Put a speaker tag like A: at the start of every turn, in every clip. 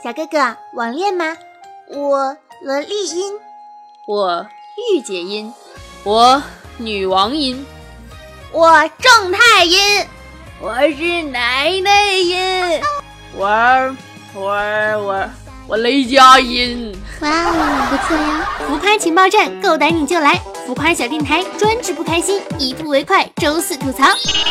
A: 小哥哥，网恋吗？我萝莉音，
B: 我御姐音，我女王音，
A: 我正太音，
B: 我是奶奶音，我雷佳音。
A: 哇哦，不错呀！浮夸情报站，够胆你就来！浮夸小电台，专治不开心，以吐为快，周四吐槽。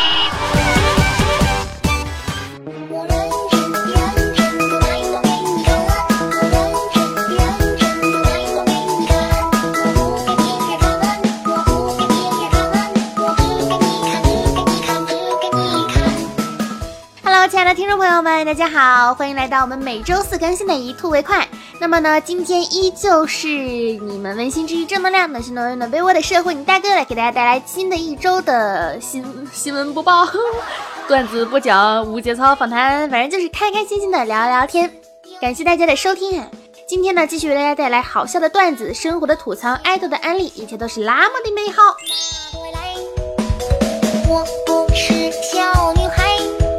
A: 亲爱的听众朋友们，大家好，欢迎来到我们每周四更新的以吐为快。那么呢，今天依旧是你们温馨治愈正能量、暖心暖微我的社会女大哥来给大家带来新的一周的新闻播报、段子播讲、无节操访谈，反正就是开开心心的聊聊天。感谢大家的收听啊！今天呢，继续为大家带来好笑的段子、生活的吐槽、爱豆的安利，一切都是那么的美好。我不是小女孩。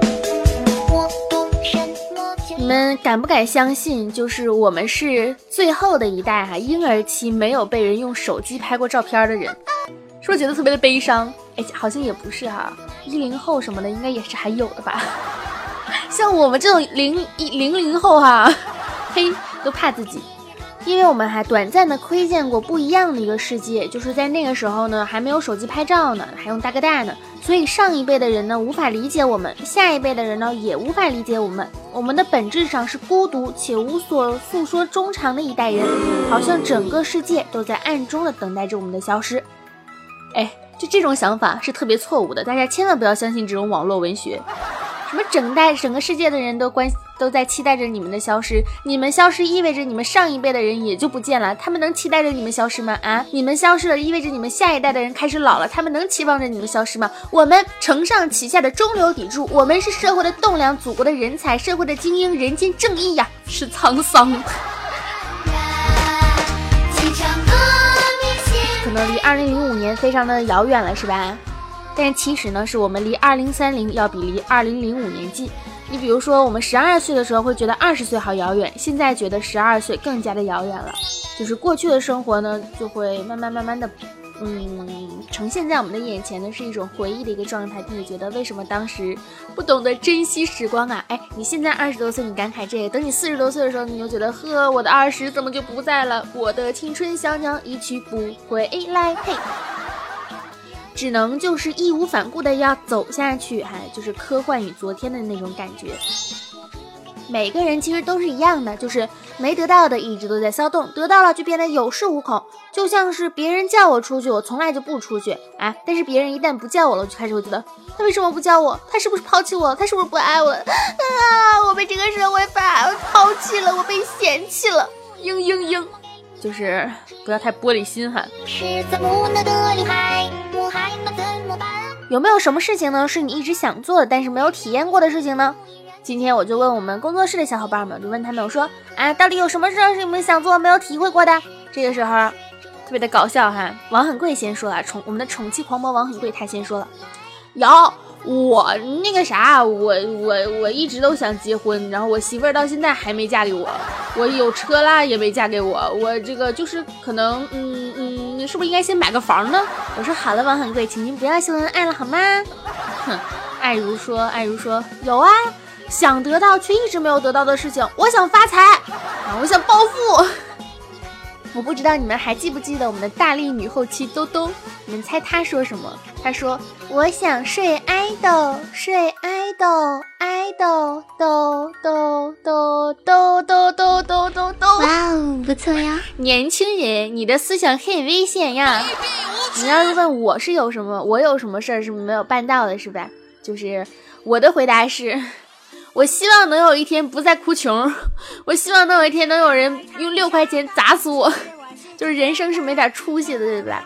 A: 你们敢不敢相信，就是我们是最后的一代婴儿期没有被人用手机拍过照片的人，是不是觉得特别的悲伤？好像也不是10后什么的应该也是还有的吧。像我们这种00后嘿，都怕自己，因为我们还短暂的窥见过不一样的一个世界，就是在那个时候呢，还没有手机拍照呢，还用大哥大呢，所以上一辈的人呢无法理解我们，下一辈的人呢也无法理解我们。我们的本质上是孤独且无所诉说衷肠的一代人，好像整个世界都在暗中的等待着我们的消失。就这种想法是特别错误的，大家千万不要相信这种网络文学。什么整个世界的人都在期待着你们的消失，你们消失意味着你们上一辈的人也就不见了，他们能期待着你们消失吗？你们消失了意味着你们下一代的人开始老了，他们能期望着你们消失吗？我们承上启下的中流砥柱，我们是社会的栋梁，祖国的人才，社会的精英，人间正义呀，是沧桑。可能离2005年非常的遥远了，是吧？但其实呢，是我们离2030要比离2005年近。你比如说，我们12岁的时候会觉得20岁好遥远，现在觉得12岁更加的遥远了。就是过去的生活呢，就会慢慢的，呈现在我们的眼前呢，是一种回忆的一个状态，并且觉得为什么当时不懂得珍惜时光啊？你现在20多岁，你感慨这个，等你40多岁的时候，你就觉得我的20怎么就不在了？我的青春小鸟一去不回来，嘿。只能就是义无反顾的要走下去，就是科幻与昨天的那种感觉。每个人其实都是一样的，就是没得到的一直都在骚动，得到了就变得有恃无恐。就像是别人叫我出去，我从来就不出去但是别人一旦不叫我了，我就开始会觉得他为什么不叫我？他是不是抛弃我？他是不是不爱我？我被这个社会抛弃了，我被嫌弃了，嘤。就是不要太玻璃心有没有什么事情呢是你一直想做的但是没有体验过的事情呢？今天我就问我们工作室的小伙伴们，我就问他们，我说到底有什么事是你们想做没有体会过的？这个时候特别的搞笑王很贵先说了，我们的宠妻狂魔王很贵他先说了，我那个啥，我一直都想结婚，然后我媳妇儿到现在还没嫁给我，我有车啦也没嫁给我，我这个就是可能是不是应该先买个房呢？我说好了，王很贵，请您不要秀恩爱了好吗？爱如说有想得到却一直没有得到的事情，我想发财我想暴富。我不知道你们还记不记得我们的大力女后期兜兜，你们猜她说什么？她说我想睡爱豆，睡爱豆，爱豆豆豆豆豆豆豆豆豆豆。哇哦，不错呀！年轻人，你的思想很危险呀！你要是问我是有什么事儿是没有办到的，是吧？就是我的回答是，我希望能有一天不再哭穷，我希望能有一天能有人用6块钱砸死我，就是人生是没点出息的，对吧？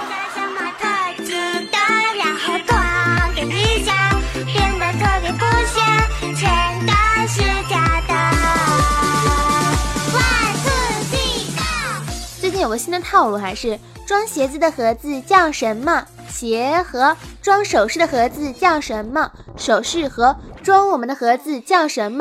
A: 最近有个新的套路是装鞋子的盒子叫什么？鞋盒。装首饰的盒子叫什么？首饰盒。装我们的盒子叫什么？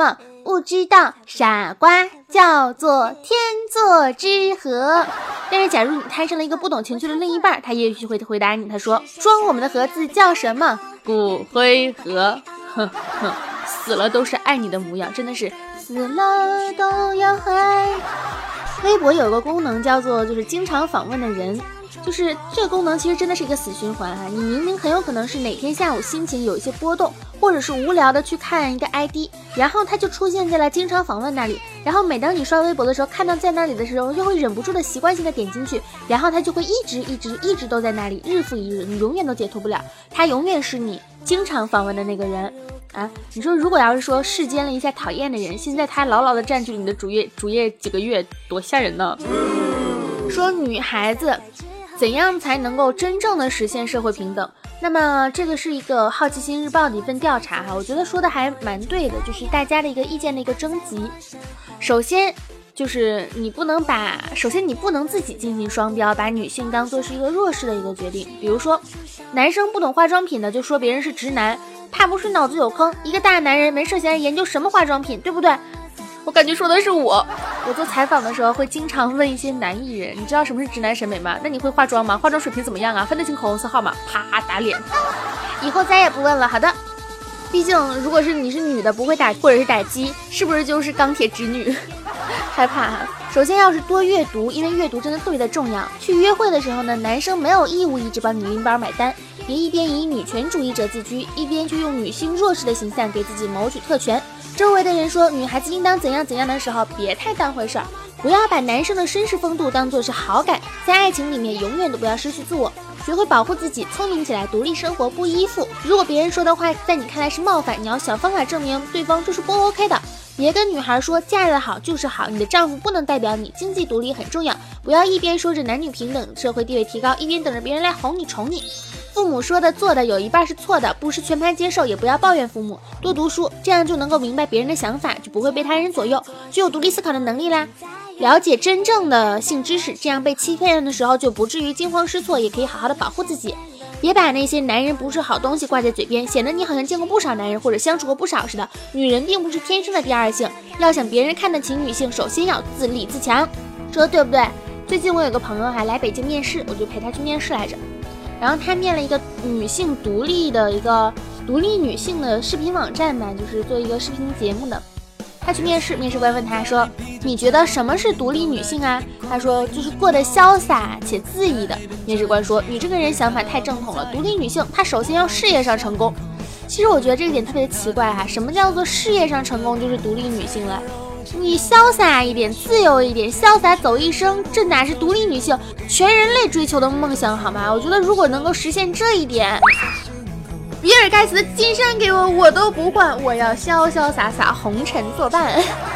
A: 不知道，傻瓜叫做天作之合。但是假如你摊上了一个不懂情趣的另一半，他也许会回答你，他说装我们的盒子叫什么？
B: 骨灰盒。哼哼，死了都是爱你的模样，真的是
A: 死了都要爱。微博有个功能叫做就是经常访问的人，就是这个功能其实真的是一个死循环哈。你明明很有可能是哪天下午心情有一些波动，或者是无聊的去看一个 ID， 然后它就出现在了经常访问那里，然后每当你刷微博的时候看到在那里的时候，就会忍不住的习惯性的点进去，然后它就会一直都在那里，日复一日，你永远都解脱不了，它永远是你经常访问的那个人啊。你说如果要是说世间了一下讨厌的人，现在他牢牢的占据你的主页几个月，多吓人呢。说女孩子怎样才能够真正的实现社会平等，那么这个是一个好奇心日报的一份调查哈，我觉得说的还蛮对的，就是大家的一个意见的一个征集。首先就是你不能自己进行双标，把女性当作是一个弱势的一个决定。比如说男生不懂化妆品的就说别人是直男，怕不是脑子有坑，一个大男人没事闲研究什么化妆品，对不对？我感觉说的是我做采访的时候会经常问一些男艺人，你知道什么是直男审美吗？那你会化妆吗？化妆水平怎么样啊？分得清口红色号码？啪打脸。以后再也不问了。好的，毕竟如果是你是女的不会打或者是打鸡，是不是就是钢铁直女？害怕哈。首先要是多阅读，因为阅读真的特别的重要。去约会的时候呢，男生没有义务一直帮你拎包买单，别一边以女权主义者自居，一边去用女性弱势的形象给自己谋取特权。周围的人说女孩子应当怎样怎样的时候，别太当回事儿，不要把男生的绅士风度当作是好感，在爱情里面永远都不要失去自我，学会保护自己，聪明起来，独立生活，不依附。如果别人说的话在你看来是冒犯，你要想方法证明对方这是不 OK 的。别跟女孩说嫁得好就是好，你的丈夫不能代表你，经济独立很重要，不要一边说着男女平等，社会地位提高，一边等着别人来哄你宠你。父母说的做的有一半是错的，不是全盘接受，也不要抱怨父母，多读书，这样就能够明白别人的想法，就不会被他人左右，就有独立思考的能力啦。了解真正的性知识，这样被欺骗的时候就不至于惊慌失措，也可以好好的保护自己。别把那些男人不是好东西挂在嘴边，显得你好像见过不少男人或者相处过不少似的。女人并不是天生的第二性，要想别人看得起女性，首先要自立自强，说对不对？最近我有个朋友还来北京面试，我就陪他去面试来着。然后他面了一个女性独立女性的视频网站吧，就是做一个视频节目的。他去面试，面试官问他说，你觉得什么是独立女性啊？他说就是过得潇洒且恣意的。面试官说，你这个人想法太正统了，独立女性她首先要事业上成功。其实我觉得这个点特别奇怪哈，什么叫做事业上成功就是独立女性了？你潇洒一点，自由一点，潇洒走一生，这哪是独立女性，全人类追求的梦想好吗？我觉得如果能够实现这一点，比尔盖茨的金山给我都不换，我要潇潇洒洒红尘作伴。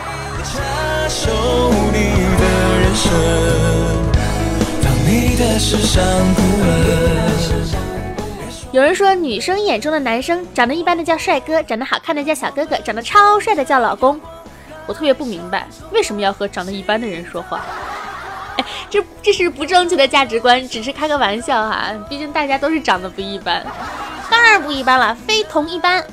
A: 有人说女生眼中的男生，长得一般的叫帅哥，长得好看的叫小哥哥，长得超帅的叫老公。我特别不明白为什么要和长得一般的人说话。这是不正确的价值观，只是开个玩笑哈，毕竟大家都是长得不一般。当然不一般了，非同一般。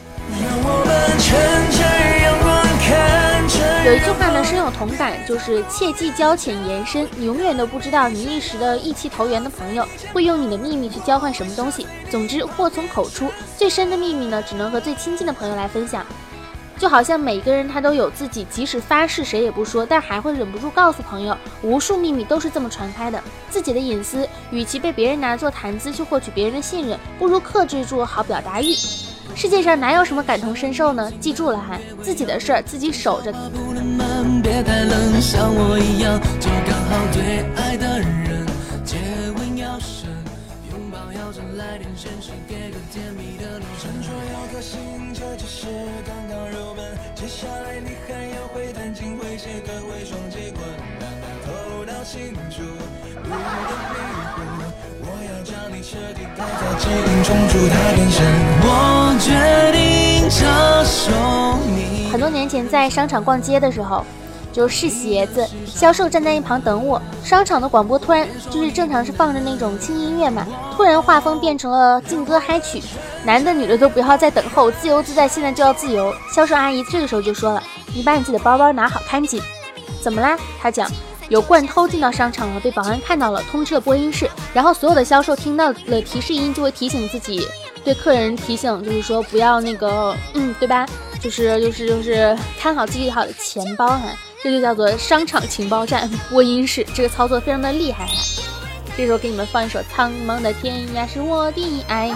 A: 有一句话呢深有同感，就是切忌交浅言深，你永远都不知道你一时的意气投缘的朋友会用你的秘密去交换什么东西。总之祸从口出，最深的秘密呢只能和最亲近的朋友来分享。就好像每个人他都有自己，即使发誓谁也不说，但还会忍不住告诉朋友，无数秘密都是这么传开的。自己的隐私与其被别人拿作谈资去获取别人的信任，不如克制住好表达欲。世界上哪有什么感同身受呢？记住了哈，自己的事儿自己守着。别太冷，像我一样，就刚好对爱的人接吻要深，拥抱要真来点绅士，给个甜蜜的路程。说有颗心，这只是刚刚入门，接下来你还要会弹琴，会写歌，会双截棍，让它头脑清楚，不用迷糊。我要将你彻底带到基因冲出它更深，我决定接受你。很多年前在商场逛街的时候，就试鞋子，销售站在一旁等我，商场的广播突然就是正常是放着那种轻音乐嘛，突然画风变成了劲歌嗨曲，男的女的都不要再等候，自由自在，现在就要自由。销售阿姨这个时候就说了， 你把你自己的包包拿好看紧。怎么啦？他讲有惯偷进到商场了，被保安看到了，通知了播音室，然后所有的销售听到了提示音就会提醒自己，对客人提醒，就是说不要那个对吧，就是看好自己好的钱包哈，这就叫做商场情报站播音室，这个操作非常的厉害哈。这时候给你们放一首苍茫的天涯是我的爱。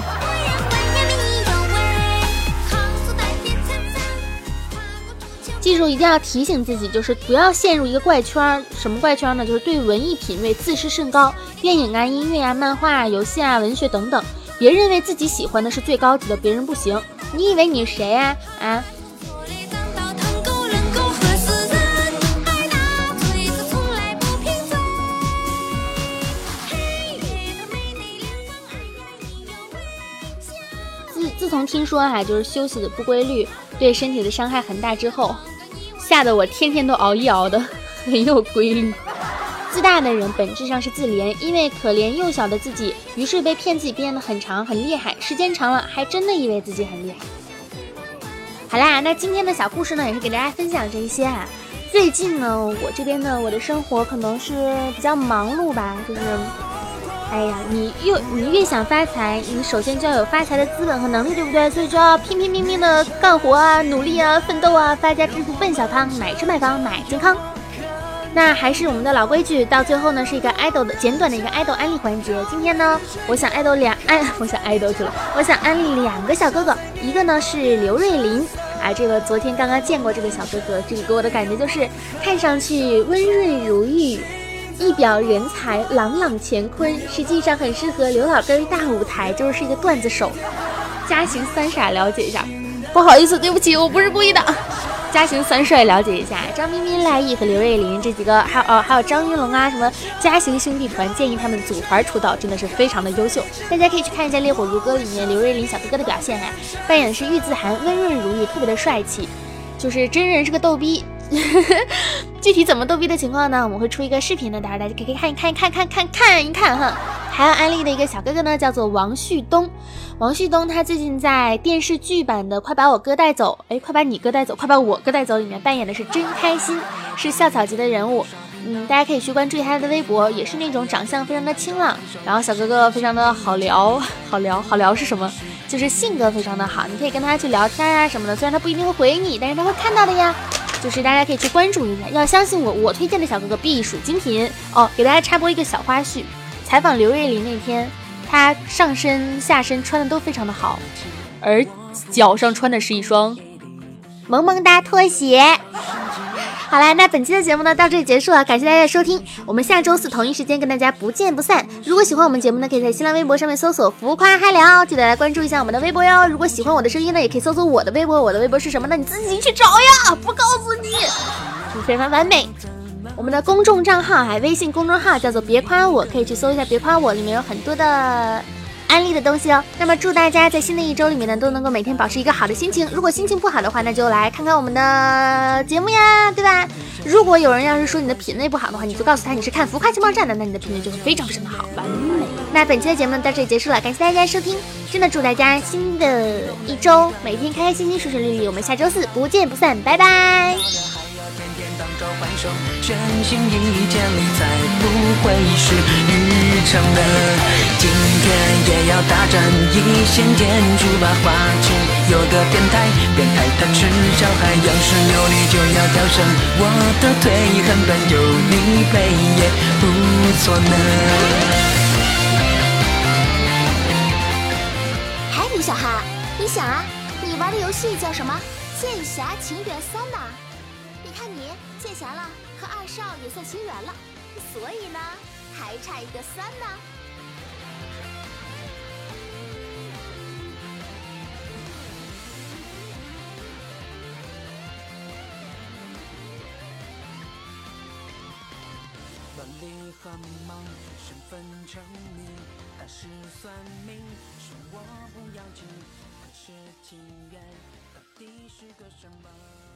A: 记住一定要提醒自己，就是不要陷入一个怪圈。什么怪圈呢？就是对文艺品味自视甚高，电影啊、音乐啊、漫画啊、游戏啊、文学等等，别认为自己喜欢的是最高级的，别人不行。你以为你谁啊？自从听说就是休息的不规律对身体的伤害很大之后，吓得我天天都熬一熬的，很有规律。自大的人本质上是自怜，因为可怜幼小的自己，于是被骗自己变得很长很厉害，时间长了还真的以为自己很厉害。好啦，那今天的小故事呢，也是给大家分享这一些啊。最近呢，我这边呢，我的生活可能是比较忙碌吧，就是哎呀，你越想发财，你首先就要有发财的资本和能力，对不对？所以就要拼命的干活啊，努力啊，奋斗啊，发家致富奔小康，买车买房买健康。那还是我们的老规矩，到最后呢是一个idol的简短的一个idol安利环节。今天呢，我想安利2个小哥哥，一个呢是刘瑞麟啊，这个昨天刚刚见过这个小哥哥，这个给我的感觉就是看上去温润如玉。一表人才，朗朗乾坤，实际上很适合刘老根大舞台，就是一个段子手。嘉行三傻了解一下，不好意思，对不起，我不是故意的。嘉行三帅了解一下，张彬彬、赖艺和刘瑞麟这几个，还有张云龙啊，什么嘉行兄弟团，建议他们组团出道，真的是非常的优秀。大家可以去看一下《烈火如歌》里面刘瑞麟小哥哥的表现哈，扮演的是玉自涵，温润如玉，特别的帅气，就是真人是个逗逼。具体怎么逗逼的情况呢？我们会出一个视频的，待会儿大家可以看一看哈。还有安利的一个小哥哥呢，叫做王旭东。王旭东他最近在电视剧版的《快把我哥带走》快把你哥带走，快把我哥带走里面扮演的是真开心，是校草级的人物。大家可以去关注他的微博，也是那种长相非常的清朗，然后小哥哥非常的好聊是什么？就是性格非常的好，你可以跟他去聊天啊什么的，虽然他不一定会回你，但是他会看到的呀。就是大家可以去关注一下，要相信我推荐的小哥哥必属精品哦。给大家插播一个小花絮，采访刘瑞麟那天，他上身下身穿的都非常的好，而脚上穿的是一双萌萌哒拖鞋。好啦，那本期的节目呢到这里结束了，感谢大家的收听，我们下周四同一时间跟大家不见不散。如果喜欢我们节目呢，可以在新浪微博上面搜索浮夸嗨聊，记得来关注一下我们的微博哟。如果喜欢我的声音呢，也可以搜索我的微博，我的微博是什么呢？你自己去找呀，不告诉你，是非常完美。我们的公众账号微信公众号叫做别夸我，可以去搜一下别夸我，里面有很多的安利的东西哦。那么祝大家在新的一周里面呢，都能够每天保持一个好的心情。如果心情不好的话，那就来看看我们的节目呀，对吧？如果有人要是说你的品味不好的话，你就告诉他你是看浮夸情报站的，那你的品味就会非常的好，完美。那本期的节目呢到这里结束了，感谢大家收听，真的祝大家新的一周每天开开心心顺顺利利，我们下周四不见不散，拜拜。全心一建立才不会是日常的，今天也要大展一线天，猪把花痴有个变态他吃小孩，要是有理就要跳绳，我的腿很短，有你陪也不错呢。嗨，李小哈，你想啊，你玩的游戏叫什么？剑侠情缘3呢？你看你剑侠了，和2少也算情缘了，所以呢，还差一个3呢。万里寒芒，身份成谜，大师算命，说我不要紧，可是情缘到底是个什么？